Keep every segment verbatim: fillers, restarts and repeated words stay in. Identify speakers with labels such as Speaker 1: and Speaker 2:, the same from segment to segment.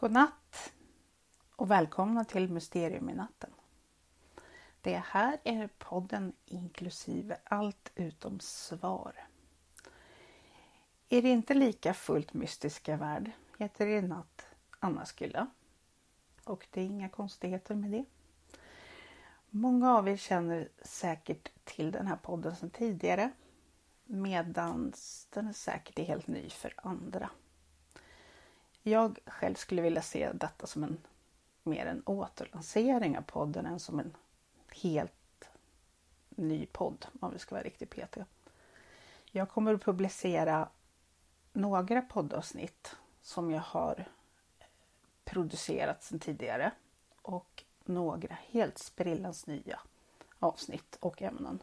Speaker 1: God natt och välkomna till Mysterium i natten. Det här är podden inklusive allt utom svar. Är det inte lika fullt mystiska värld heter det i natt Anna Skylla. Och det är inga konstigheter med det. Många av er känner säkert till den här podden sedan tidigare, medan den är säkert helt ny för andra. Jag själv skulle vilja se detta som en mer en återlansering av podden än som en helt ny podd, om vi ska vara riktigt petiga. Jag kommer att publicera några poddavsnitt som jag har producerat sedan tidigare och några helt sprillans nya avsnitt och ämnen.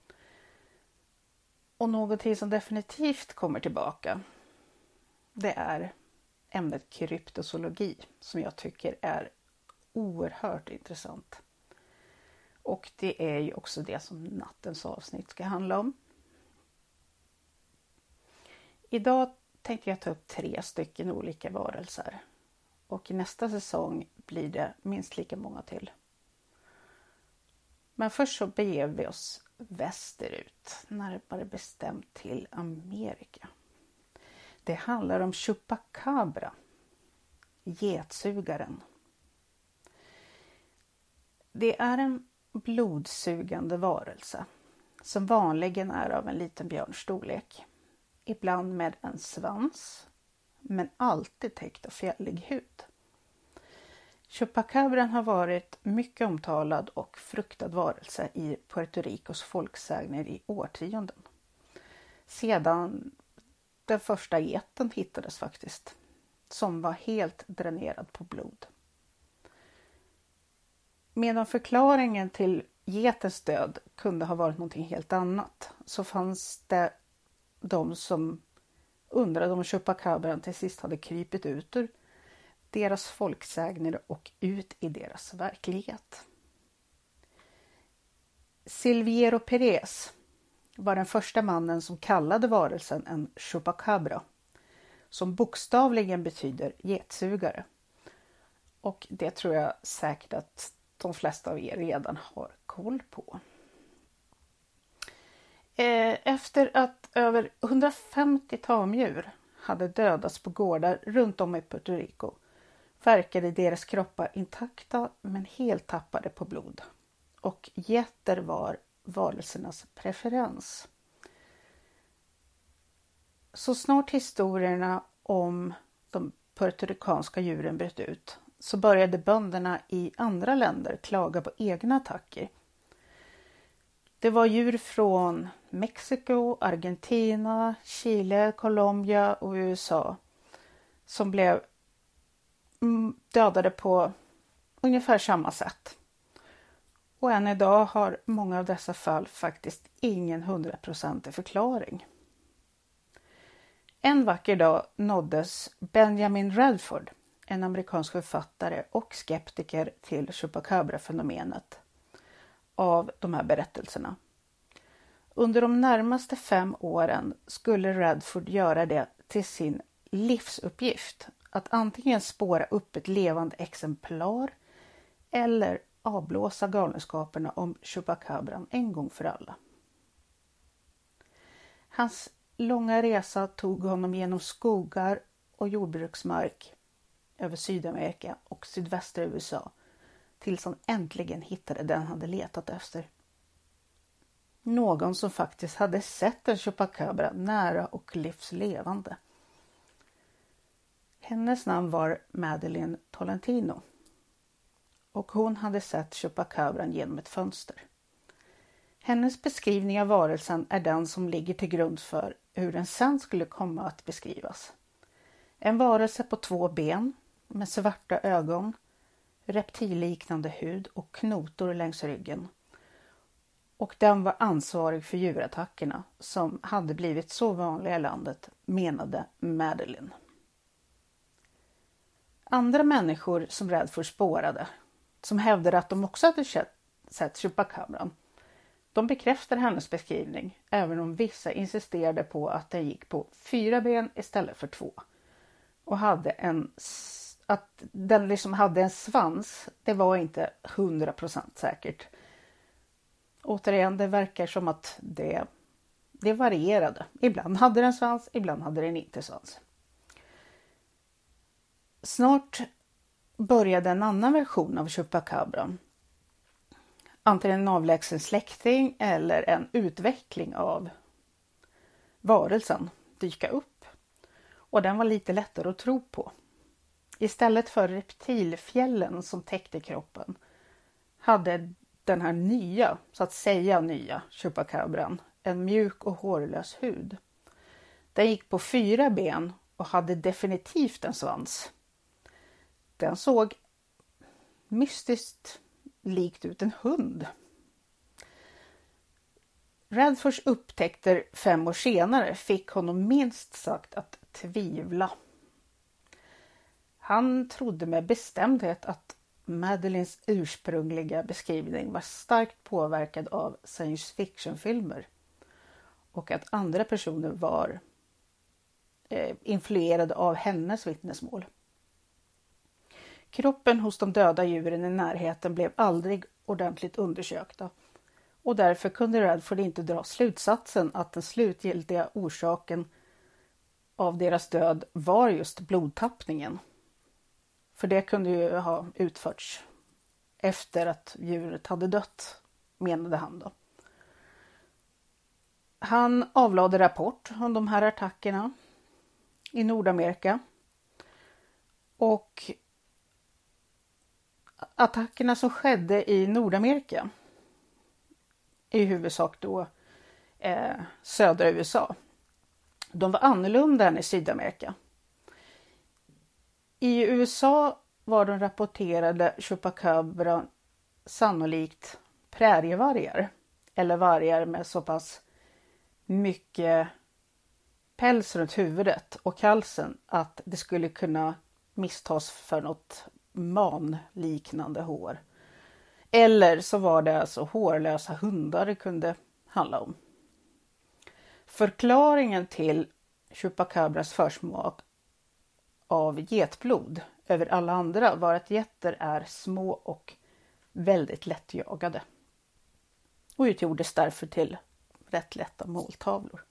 Speaker 1: Och någonting som definitivt kommer tillbaka, det är ämnet kryptozoologi som jag tycker är oerhört intressant. Och det är ju också det som nattens avsnitt ska handla om. Idag tänkte jag ta upp tre stycken olika varelser. Och i nästa säsong blir det minst lika många till. Men först så beger vi oss västerut, närmare bestämt till Amerika. Det handlar om Chupacabra, getsugaren. Det är en blodsugande varelse som vanligen är av en liten björnstorlek. Ibland med en svans, men alltid täckt av fjällig hud. Chupacabran har varit mycket omtalad och fruktad varelse i Puerto Ricos folksägner i årtionden. Sedan den första geten hittades faktiskt, som var helt dränerad på blod. Medan förklaringen till getens död kunde ha varit någonting helt annat, så fanns det de som undrade om Chupacabran till sist hade krypit ut ur deras folksägner och ut i deras verklighet. Silviero Pérez var den första mannen som kallade varelsen en Chupacabra, som bokstavligen betyder getsugare. Och det tror jag säkert att de flesta av er redan har koll på. Efter att över hundrafemtio tamdjur hade dödats på gårdar runt om i Puerto Rico verkade deras kroppar intakta men helt tappade på blod. Och getter var varelsernas preferens. Så snart historierna om de puertoricanska djuren bröt ut så började bönderna i andra länder klaga på egna attacker. Det var djur från Mexiko, Argentina, Chile, Colombia och U S A som blev dödade på ungefär samma sätt. Och än idag har många av dessa fall faktiskt ingen hundraprocentig förklaring. En vacker dag nåddes Benjamin Radford, en amerikansk författare och skeptiker till Chupacabra-fenomenet, av de här berättelserna. Under de närmaste fem åren skulle Radford göra det till sin livsuppgift att antingen spåra upp ett levande exemplar eller avblåsa galenskaperna om Chupacabran en gång för alla. Hans långa resa tog honom genom skogar och jordbruksmark över Sydamerika och sydvästra U S A tills han äntligen hittade den han hade letat efter. Någon som faktiskt hade sett en Chupacabra nära och livslevande. Hennes namn var Madeline Tolentino och hon hade sett Chupacabran genom ett fönster. Hennes beskrivning av varelsen är den som ligger till grund för hur den sen skulle komma att beskrivas. En varelse på två ben med svarta ögon, reptilliknande hud och knotor längs ryggen. Och den var ansvarig för djurattackerna som hade blivit så vanliga i landet, menade Madeline. Andra människor som Radford spårade, som hävdade att de också hade sett Chupacabran, de bekräftade hennes beskrivning, även om vissa insisterade på att den gick på fyra ben istället för två och hade en att den liksom hade en svans, det var inte hundra procent säkert. Återigen, det verkar som att det, det varierade. Ibland hade den svans, ibland hade den inte svans. Snart började en annan version av Chupacabra. Antingen en avlägsen släkting eller en utveckling av varelsen dyka upp. Och den var lite lättare att tro på. Istället för reptilfjällen som täckte kroppen hade den här nya, så att säga nya Chupacabran en mjuk och hårlös hud. Den gick på fyra ben och hade definitivt en svans. Den såg mystiskt likt ut en hund. Radfords upptäckter fem år senare fick honom minst sagt att tvivla. Han trodde med bestämdhet att Madeleines ursprungliga beskrivning var starkt påverkad av science fiction-filmer och att andra personer var eh, influerade av hennes vittnesmål. Kroppen hos de döda djuren i närheten blev aldrig ordentligt undersökta och därför kunde Radford inte dra slutsatsen att den slutgiltiga orsaken av deras död var just blodtappningen. För det kunde ju ha utförts efter att djuret hade dött, menade han då. Han avlade rapport om de här attackerna i Nordamerika. Och attackerna som skedde i Nordamerika, i huvudsak då eh, södra U S A, de var annorlunda än i Sydamerika. I U S A var de rapporterade Chupacabra sannolikt prärievargar eller vargar med så pass mycket päls runt huvudet och halsen att det skulle kunna misstas för något manliknande hår. Eller så var det alltså hårlösa hundar det kunde handla om. Förklaringen till Chupacabras försmak av getblod över alla andra var att getter är små och väldigt lättjagade. Och utgjordes därför till rätt lätta måltavlor.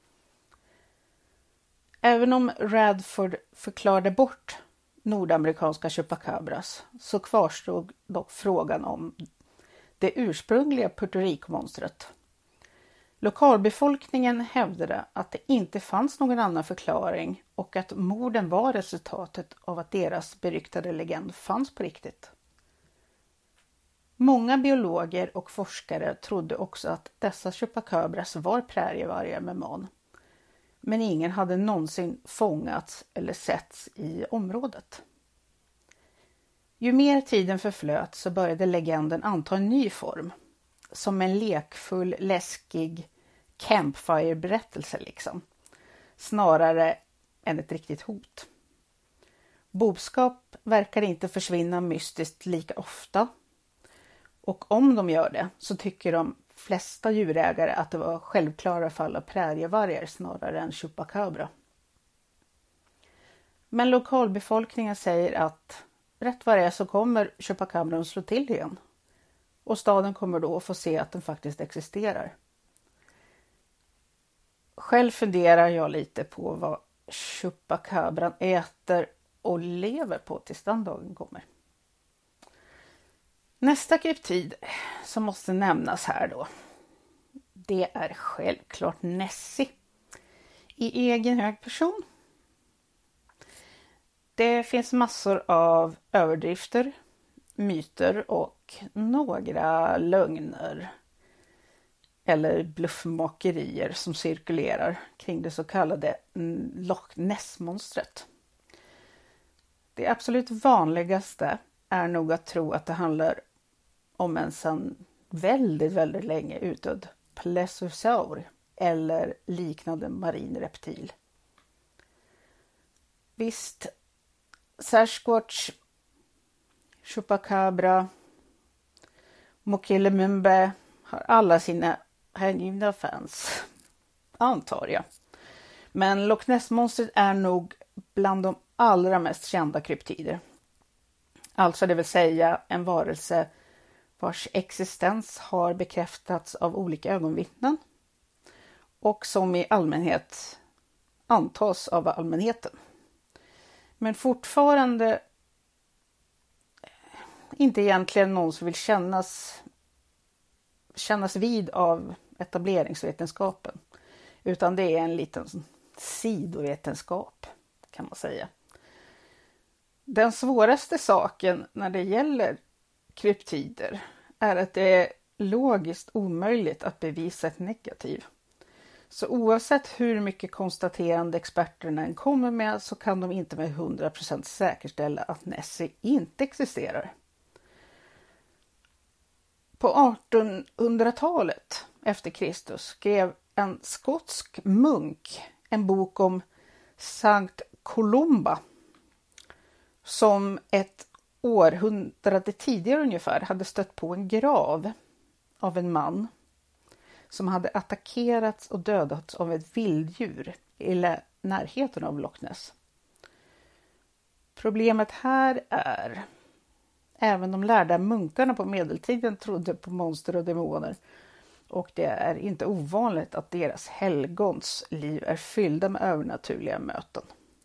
Speaker 1: Även om Radford förklarade bort nordamerikanska Chupacabras så kvarstod dock frågan om det ursprungliga Puerto Rico-monstret. Lokalbefolkningen hävdade att det inte fanns någon annan förklaring och att morden var resultatet av att deras beryktade legend fanns på riktigt. Många biologer och forskare trodde också att dessa Chupacabras var prärievargar med man. Men ingen hade någonsin fångats eller setts i området. Ju mer tiden förflöt så började legenden anta en ny form. Som en lekfull, läskig campfire-berättelse liksom. Snarare än ett riktigt hot. Boskap verkar inte försvinna mystiskt lika ofta. Och om de gör det så tycker de flesta djurägare att det var självklara fall av prärievargar snarare än Chupacabra. Men lokalbefolkningen säger att rätt vad det är så kommer Chupacabran slå till igen. Och staden kommer då att få se att den faktiskt existerar. Själv funderar jag lite på vad Chupacabran äter och lever på tills den dagen kommer. Nästa kryptid som måste nämnas här då. Det är självklart Nessie. I egen hög person. Det finns massor av överdrifter, myter och några lögner eller bluffmakerier som cirkulerar kring det så kallade Loch Ness-monstret. Det absolut vanligaste är nog att tro att det handlar om en sedan väldigt, väldigt länge utdöd plesiosaur eller liknande marin reptil. Visst, Sasquatch, Chupacabra, Mokele-Mumbe har alla sina hängivna fans, antar jag. Men Loch Ness-monstret är nog bland de allra mest kända kryptider. Alltså det vill säga en varelse vars existens har bekräftats av olika ögonvittnen och som i allmänhet antas av allmänheten. Men fortfarande inte egentligen någon som vill kännas, kännas vid av etableringsvetenskapen. Utan det är en liten sidovetenskap kan man säga. Den svåraste saken när det gäller kryptider är att det är logiskt omöjligt att bevisa ett negativ. Så oavsett hur mycket konstaterande experterna än kommer med så kan de inte med hundra procent säkerställa att Nessie inte existerar. På artonhundratalet efter Kristus skrev en skotsk munk en bok om Sankt Columba som ett århundrade tidigare ungefär hade stött på en grav av en man som hade attackerats och dödats av ett vilddjur i närheten av Loch Ness. Problemet här är, även de lärda munkarna på medeltiden trodde på monster och demoner, och det är inte ovanligt att deras helgons liv är fyllda med övernaturliga möten.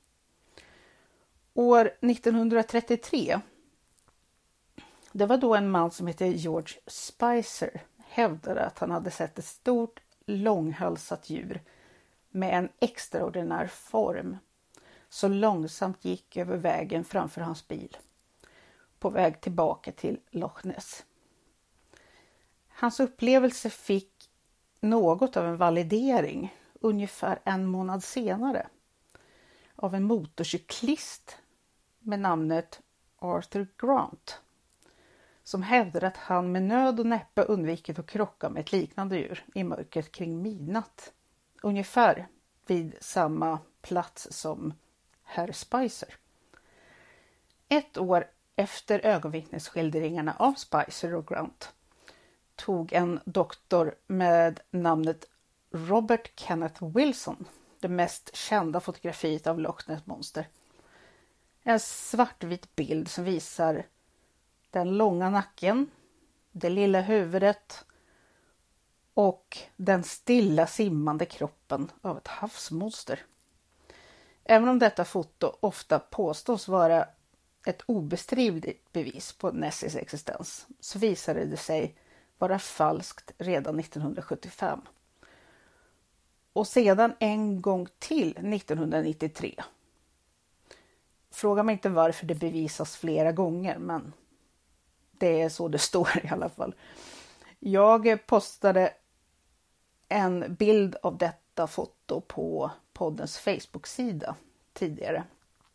Speaker 1: År nittonhundratrettiotre, det var då en man som hette George Spicer hävdade att han hade sett ett stort långhalsat djur med en extraordinär form så långsamt gick över vägen framför hans bil på väg tillbaka till Loch Ness. Hans upplevelse fick något av en validering ungefär en månad senare av en motorcyklist med namnet Arthur Grant som hävdade att han med nöd och näppe undvikit att krocka med ett liknande djur i mörkret kring midnatt. Ungefär vid samma plats som herr Spicer. Ett år efter ögonvittnesskildringarna av Spicer och Grant tog en doktor med namnet Robert Kenneth Wilson det mest kända fotografiet av Loch Ness monster. En svartvit bild som visar den långa nacken, det lilla huvudet och den stilla simmande kroppen av ett havsmonster. Även om detta foto ofta påstås vara ett obestridligt bevis på Nessies existens så visade det sig vara falskt redan nittonhundrasjuttiofem. Och sedan en gång till nittonhundranittiotre. Fråga mig inte varför det bevisas flera gånger, men det är så det står i alla fall. Jag postade en bild av detta foto på poddens Facebook-sida tidigare.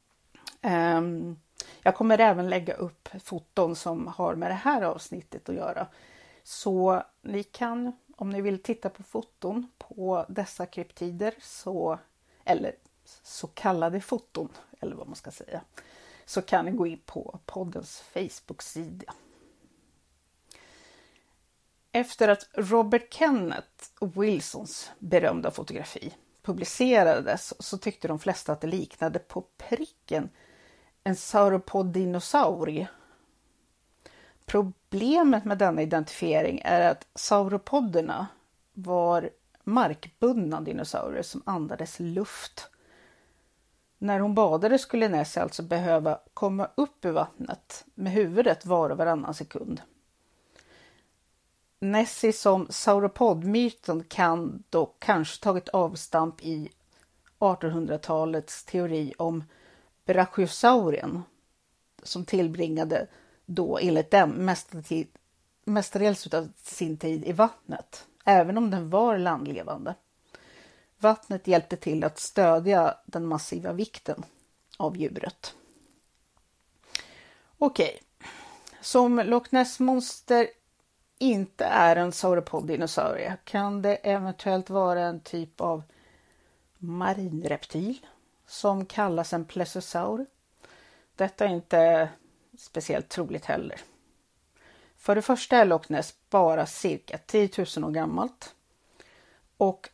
Speaker 1: Jag kommer även lägga upp foton som har med det här avsnittet att göra. Så ni kan, om ni vill titta på foton på dessa kryptider, så, eller så kallade foton, eller vad man ska säga, så kan ni gå in på poddens Facebook-sida. Efter att Robert Kenneth Wilsons berömda fotografi publicerades så tyckte de flesta att det liknade på pricken en sauropodddinosaurie. Problemet med denna identifiering är att sauropodderna var markbundna dinosaurier som andades luft. När hon badade skulle Nessie alltså behöva komma upp ur vattnet med huvudet var och varannan sekund. Nessie som sauropodmyten kan dock kanske tagit avstamp i artonhundratalets teori om brachiosaurien som tillbringade då enligt dem mestadels av sin tid i vattnet, även om den var landlevande. Vattnet hjälpte till att stödja den massiva vikten av djuret. Okej, som Loch Ness monster inte är en sauropodddinosaurie kan det eventuellt vara en typ av marinreptil som kallas en plesiosaur. Detta är inte speciellt troligt heller. För det första är Loch Ness bara cirka tio tusen år gammalt och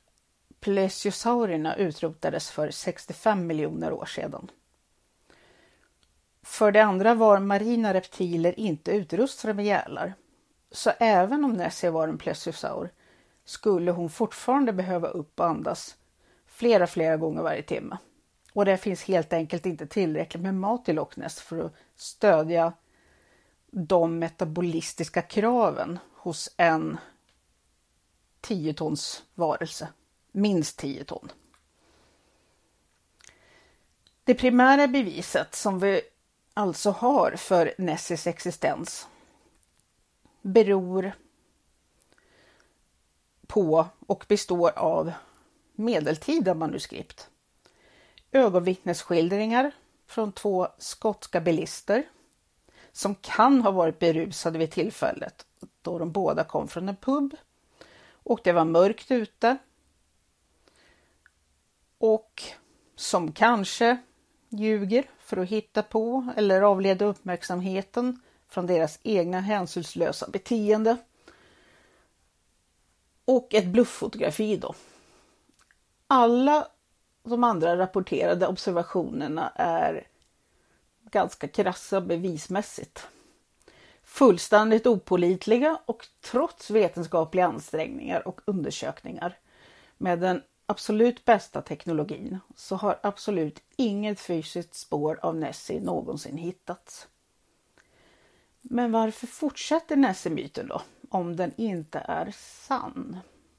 Speaker 1: plesiosaurierna utrotades för sextiofem miljoner år sedan. För det andra var marina reptiler inte utrustade med gälar. Så även om Nessie var en plesiosaur skulle hon fortfarande behöva upp och andas flera flera gånger varje timme. Och det finns helt enkelt inte tillräckligt med mat i Loch Ness för att stödja de metabolistiska kraven hos en tio tons varelse. Minst tio ton. Det primära beviset som vi alltså har för Nessies existens beror på och består av medeltida manuskript. Ögonvittnesskildringar från två skotska bilister som kan ha varit berusade vid tillfället då de båda kom från en pub och det var mörkt ute och som kanske ljuger för att hitta på eller avleda uppmärksamheten från deras egna hänsynslösa beteende. Och ett blufffotografi då. Alla de andra rapporterade observationerna är ganska krassa bevismässigt. Fullständigt opålitliga och trots vetenskapliga ansträngningar och undersökningar med den absolut bästa teknologin så har absolut inget fysiskt spår av Nessie någonsin hittats. Men varför fortsätter Nessie-myten då, om den inte är sann?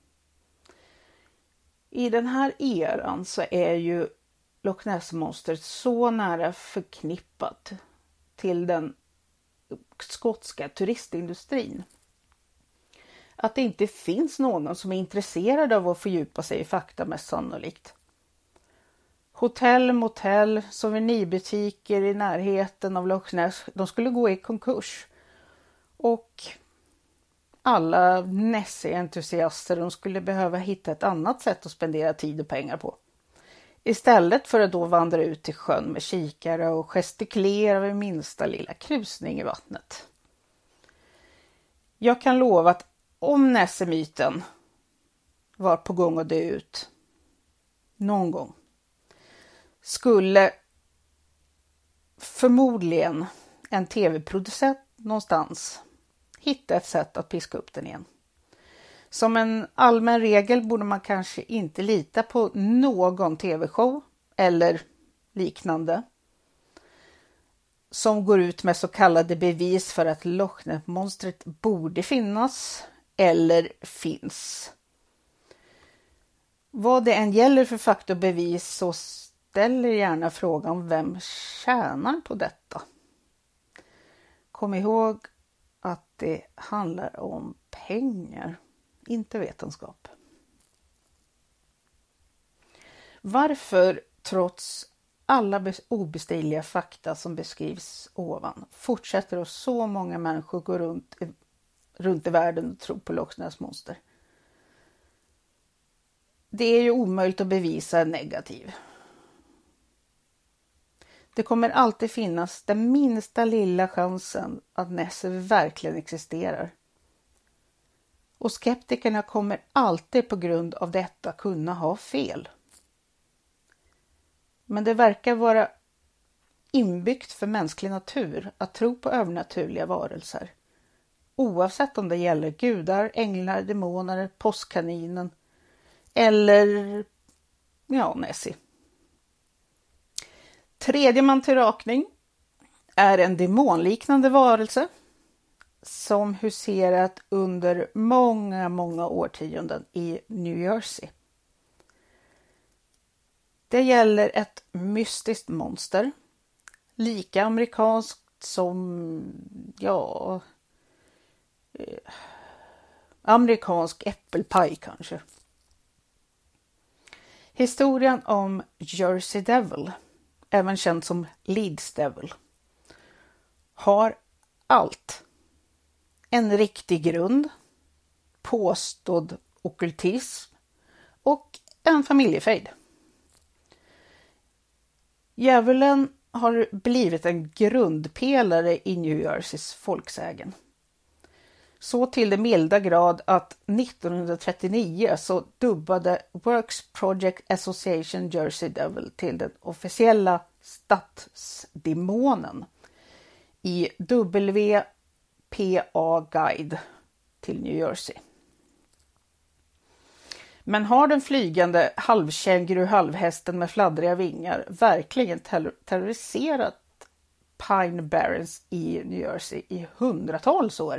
Speaker 1: I den här eran så är ju Loch Ness-monstret så nära förknippat till den skotska turistindustrin att det inte finns någon som är intresserad av att fördjupa sig i fakta mest sannolikt. Hotell, motell, souvenirbutiker i närheten av Loch Ness, de skulle gå i konkurs. Och alla Nessie-entusiaster, de skulle behöva hitta ett annat sätt att spendera tid och pengar på. Istället för att då vandra ut till sjön med kikare och gestikulera vid minsta lilla krusning i vattnet. Jag kan lova att om Nessie-myten var på gång att dö ut någon gång skulle förmodligen en tv-producent någonstans hitta ett sätt att piska upp den igen. Som en allmän regel borde man kanske inte lita på någon tv-show eller liknande som går ut med så kallade bevis för att Loch Ness-monstret borde finnas eller finns. Vad det än gäller för fakta och bevis så ställer gärna frågan vem tjänar på detta. Kom ihåg att det handlar om pengar, inte vetenskap. Varför trots alla obestridliga fakta som beskrivs ovan fortsätter och så många människor går runt i, runt i världen och tror på Loch Ness-monster? Det är ju omöjligt att bevisa negativ. Det kommer alltid finnas den minsta lilla chansen att Nessie verkligen existerar. Och skeptikerna kommer alltid på grund av detta kunna ha fel. Men det verkar vara inbyggt för mänsklig natur att tro på övernaturliga varelser. Oavsett om det gäller gudar, änglar, demoner, påskkaninen eller ja, Nessie. Tredje man till rakning är en demonliknande varelse som huserat under många, många årtionden i New Jersey. Det gäller ett mystiskt monster, lika amerikanskt som, ja, eh, amerikansk äppelpaj kanske. Historien om Jersey Devil, även känd som Leeds Devil, har allt. En riktig grund, påstådd ockultism och en familjefejd. Djävulen har blivit en grundpelare i New Jerseys folksägen. Så till det milda grad att nittonhundratrettionio så dubbade Works Project Association Jersey Devil till den officiella stadsdemonen i W P A Guide till New Jersey. Men har den flygande halvkänguru-halvhästen med fladdriga vingar verkligen ter- terroriserat Pine Barrens i New Jersey i hundratals år?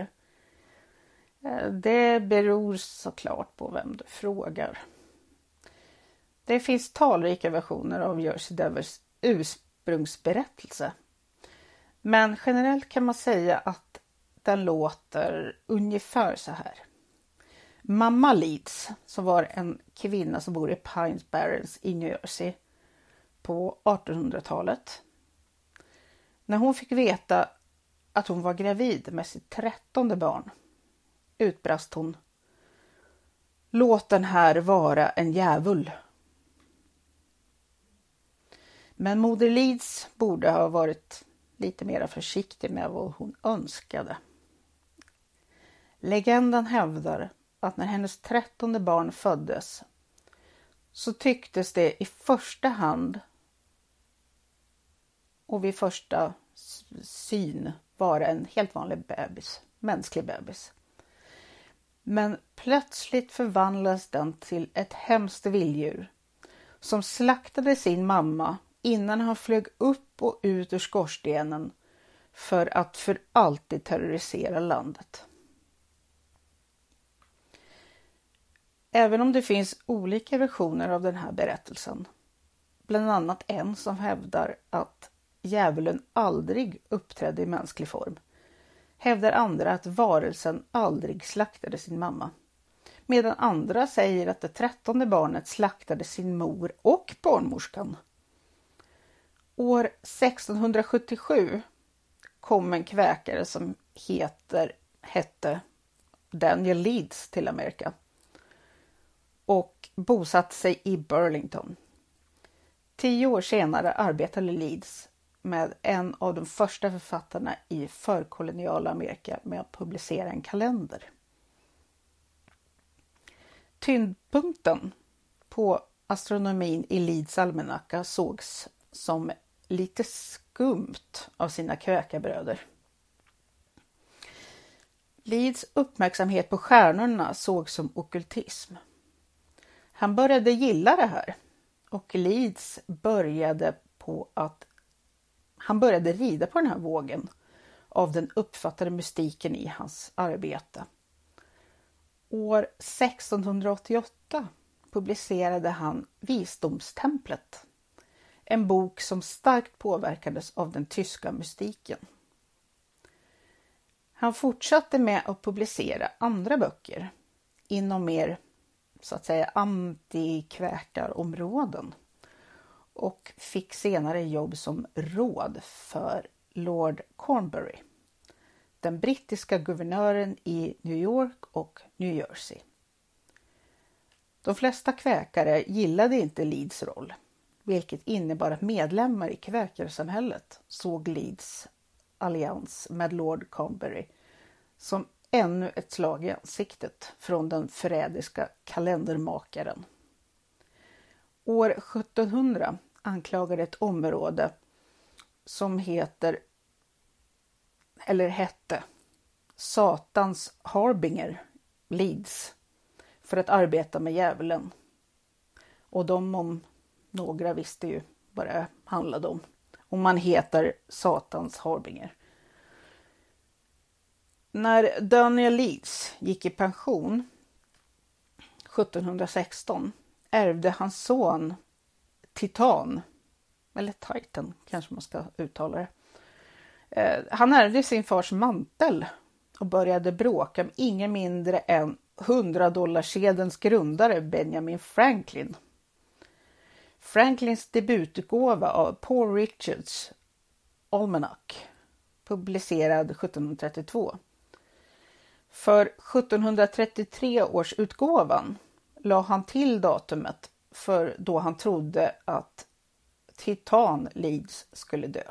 Speaker 1: Det beror såklart på vem du frågar. Det finns talrika versioner av Jersey Devils ursprungsberättelse. Men generellt kan man säga att den låter ungefär så här. Mamma Leeds, som var en kvinna som bor i Pine Barrens i New Jersey på artonhundratalet. När hon fick veta att hon var gravid med sitt trettonde barn utbrast hon: "Låt den här vara en djävul." Men moder Leeds borde ha varit lite mer försiktig med vad hon önskade. Legenden hävdar att när hennes trettonde barn föddes så tycktes det i första hand och vid första syn vara en helt vanlig bebis, mänsklig bebis. Men plötsligt förvandlades den till ett hemskt vilddjur som slaktade sin mamma innan han flög upp och ut ur skorstenen för att för alltid terrorisera landet. Även om det finns olika versioner av den här berättelsen, bland annat en som hävdar att djävulen aldrig uppträdde i mänsklig form, hävdar andra att varelsen aldrig slaktade sin mamma, medan andra säger att det trettonde barnet slaktade sin mor och barnmorskan. År sextonhundrasjuttiosju kom en kväkare som heter, hette Daniel Leeds till Amerika och bosatte sig i Burlington. Tio år senare arbetade Leeds med en av de första författarna i förkoloniala Amerika med att publicera en kalender. Tyngdpunkten på astronomin i Leeds almanacka sågs som lite skumt av sina kväkarbröder. Leeds uppmärksamhet på stjärnorna sågs som ockultism. Han började gilla det här och Leeds började på att han började rida på den här vågen av den uppfattade mystiken i hans arbete. År sextonhundraåttioåtta publicerade han Visdomstemplet, en bok som starkt påverkades av den tyska mystiken. Han fortsatte med att publicera andra böcker inom mer så att säga antikväkarområden och fick senare jobb som råd för Lord Cornbury, den brittiska guvernören i New York och New Jersey. De flesta kväkare gillade inte Leeds roll, vilket innebar att medlemmar i kväkarsamhället såg Leeds allians med Lord Cornbury som ännu ett slag i ansiktet från den förrädiska kalendermakaren. År sjuttonhundra anklagade ett område som heter eller hette Satans Harbinger Leeds för att arbeta med djävulen. Och de om några visste ju vad det handlade om. Och man heter Satans Harbinger. När Daniel Leeds gick i pension sjuttonhundrasexton ärvde hans son Titan, eller Titan kanske man ska uttala det. Eh, han ärvde sin fars mantel och började bråka med ingen mindre än hundradollarsedelns grundare Benjamin Franklin. Franklins debututgåva av Paul Richards Almanac publicerad sjuttonhundratrettiotvå. För sjuttonhundratrettiotre års utgåvan la han till datumet för då han trodde att Titan Leeds skulle dö.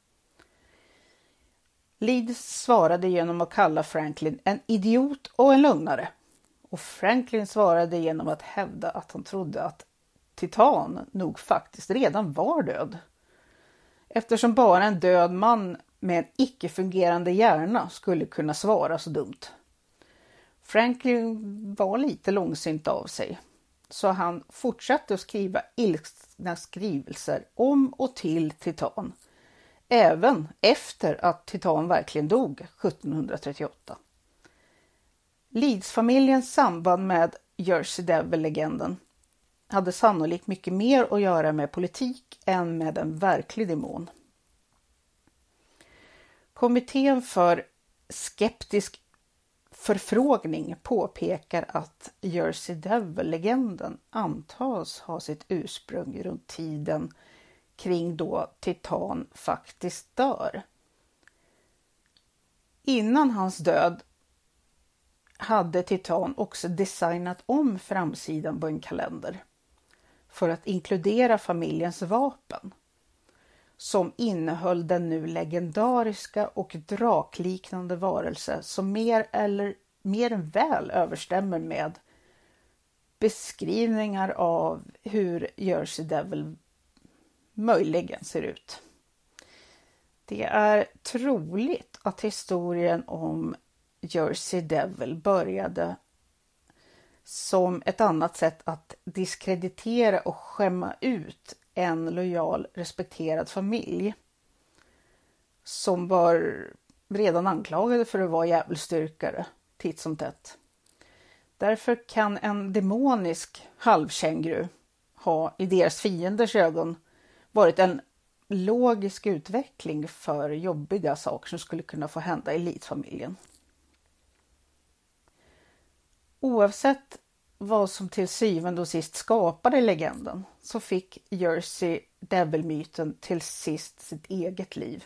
Speaker 1: Leeds svarade genom att kalla Franklin en idiot och en lögnare. Och Franklin svarade genom att hävda att han trodde att Titan nog faktiskt redan var död. Eftersom bara en död man med en icke-fungerande hjärna skulle kunna svara så dumt. Franklin var lite långsint av sig, så han fortsatte att skriva ilskna skrivelser om och till Titan, även efter att Titan verkligen dog sjuttonhundratrettioåtta. Leeds-familjens samband med Jersey Devil-legenden hade sannolikt mycket mer att göra med politik än med en verklig demon. Kommittén för skeptisk förfrågning påpekar att Jersey Devil-legenden antas ha sitt ursprung runt tiden kring då Titan faktiskt dör. Innan hans död hade Titan också designat om framsidan på en kalender för att inkludera familjens vapen, som innehöll den nu legendariska och drakliknande varelse som mer eller mer än väl överstämmer med beskrivningar av hur Jersey Devil möjligen ser ut. Det är troligt att historien om Jersey Devil började som ett annat sätt att diskreditera och skämma ut en lojal, respekterad familj som var redan anklagade för att vara djävulsdyrkare titt som tätt. Därför kan en demonisk halvkänguru ha i deras fienders ögon varit en logisk utveckling för jobbiga saker som skulle kunna få hända i Leeds-familjen. Oavsett vad som till syvende och sist skapade legenden, så fick Jersey Devil-myten till sist sitt eget liv.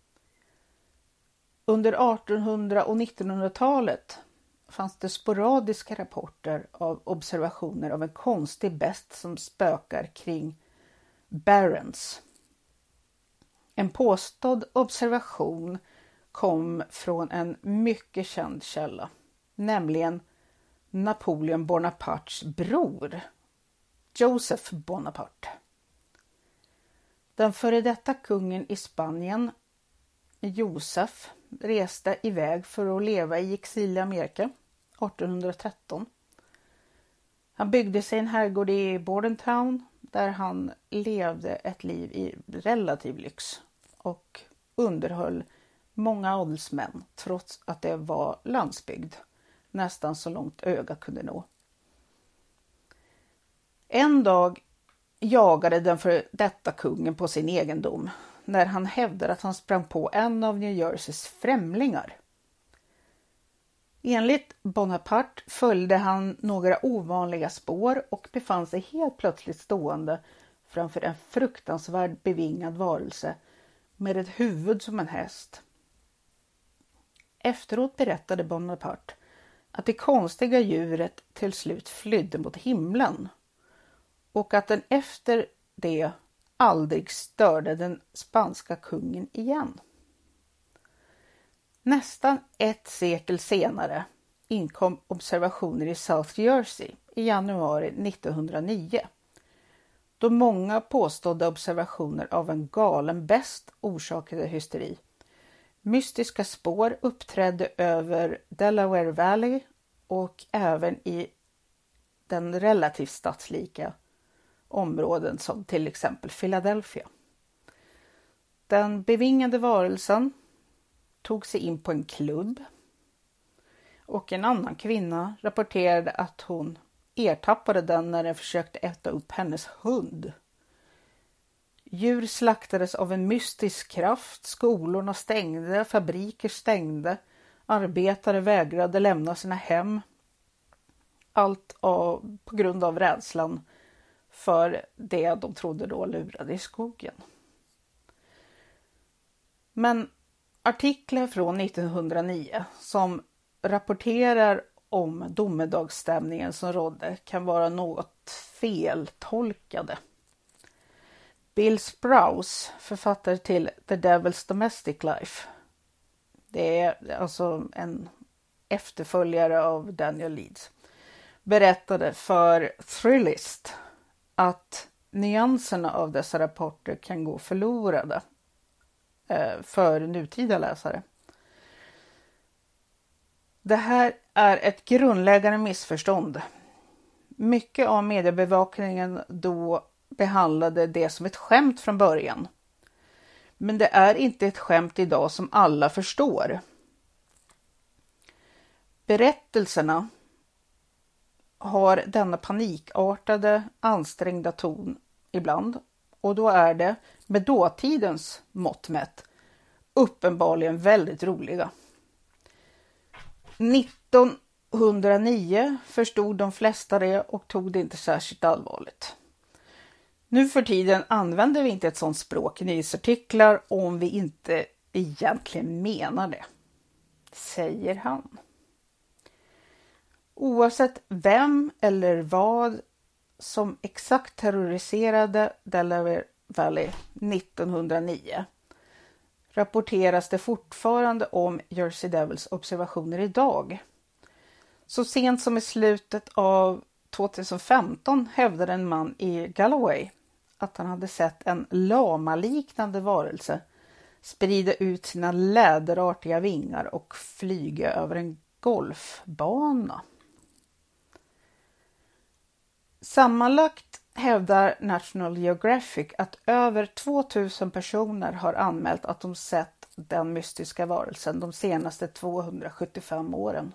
Speaker 1: Under artonhundra- och nittonhundratalet fanns det sporadiska rapporter av observationer av en konstig best som spökar kring Barrens. En påstådd observation kom från en mycket känd källa, nämligen Napoleon Bonapartes bror, Joseph Bonaparte. Den före detta kungen i Spanien, Josef, reste iväg för att leva i exil i Amerika artonhundratretton. Han byggde sig en herrgård i Bordentown där han levde ett liv i relativ lyx och underhöll många adelsmän trots att det var landsbygd, nästan så långt öga kunde nå. En dag jagade den för detta kungen på sin egendom när han hävdade att han sprang på en av New Jerseys främlingar. Enligt Bonaparte följde han några ovanliga spår och befann sig helt plötsligt stående framför en fruktansvärd bevingad varelse med ett huvud som en häst. Efteråt berättade Bonaparte att det konstiga djuret till slut flydde mot himlen och att den efter det aldrig störde den spanska kungen igen. Nästan ett sekel senare inkom observationer i South Jersey i januari nittonhundranio, då många påstådda observationer av en galen best orsakade hysteri. Mystiska spår uppträdde över Delaware Valley och även i den relativt stadslika områden som till exempel Philadelphia. Den bevingade varelsen tog sig in på en klubb och en annan kvinna rapporterade att hon ertappade den när den försökte äta upp hennes hund. Djur slaktades av en mystisk kraft, skolorna stängde, fabriker stängde, arbetare vägrade lämna sina hem. Allt av, på grund av rädslan för det de trodde då lurade i skogen. Men artiklar från nittonhundranio som rapporterar om domedagsstämningen som rådde kan vara något feltolkade. Bill Sprouse, författare till The Devil's Domestic Life, det är alltså en efterföljare av Daniel Leeds, berättade för Thrillist att nyanserna av dessa rapporter kan gå förlorade. eh, för nutida läsare. Det här är ett grundläggande missförstånd. Mycket av mediebevakningen då behandlade det som ett skämt från början. Men det är inte ett skämt idag som alla förstår. Berättelserna har denna panikartade, ansträngda ton ibland. Och då är det, med dåtidens mått mätt, uppenbarligen väldigt roliga. nittonhundranio förstod de flesta det och tog det inte särskilt allvarligt. Nu för tiden använder vi inte ett sådant språk i nyhetsartiklar om vi inte egentligen menar det, säger han. Oavsett vem eller vad som exakt terroriserade Delaware Valley nittonhundranio rapporteras det fortfarande om Jersey Devils observationer idag. Så sent som i slutet av tjugohundrafemton hävdade en man i Galloway att han hade sett en lama-liknande varelse sprida ut sina läderartiga vingar och flyga över en golfbana. Sammanlagt hävdar National Geographic att över tvåtusen personer har anmält att de sett den mystiska varelsen de senaste tvåhundrasjuttiofem åren.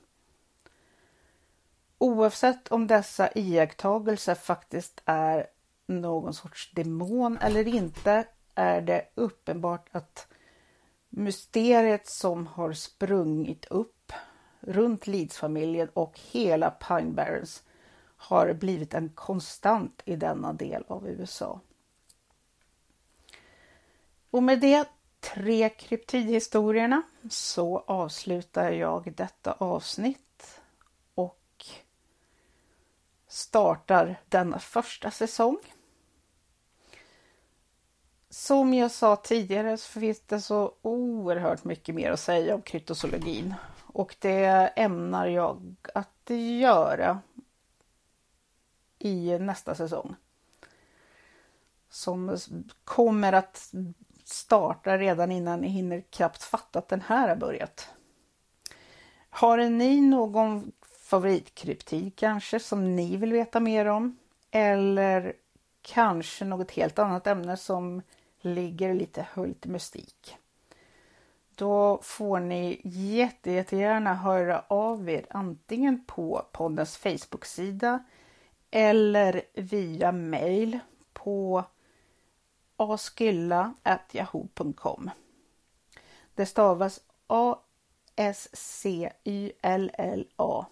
Speaker 1: Oavsett om dessa iakttagelser faktiskt är någon sorts demon eller inte, är det uppenbart att mysteriet som har sprungit upp runt Leeds-familjen och hela Pine Barrens har blivit en konstant i denna del av U S A. Och med de tre kryptidhistorierna så avslutar jag detta avsnitt och startar denna första säsong. Som jag sa tidigare så finns det så oerhört mycket mer att säga om kryptozoologin. Och det ämnar jag att göra i nästa säsong. Som kommer att starta redan innan ni hinner knappt fatta att den här har börjat. Har ni någon favoritkryptid kanske som ni vill veta mer om? Eller kanske något helt annat ämne som ligger lite höljt mystik? Då får ni jätte, jättegärna höra av er antingen på poddens Facebook-sida eller via mail på askylla at yahoo punkt com. Det stavas A S C Y L L A.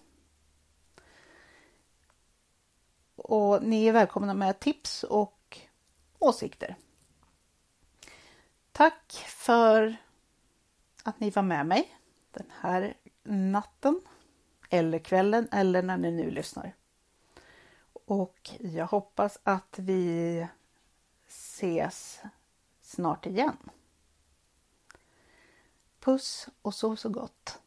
Speaker 1: Och ni är välkomna med tips och åsikter. Tack för att ni var med mig den här natten eller kvällen eller när ni nu lyssnar. Och jag hoppas att vi ses snart igen. Puss och sov så gott.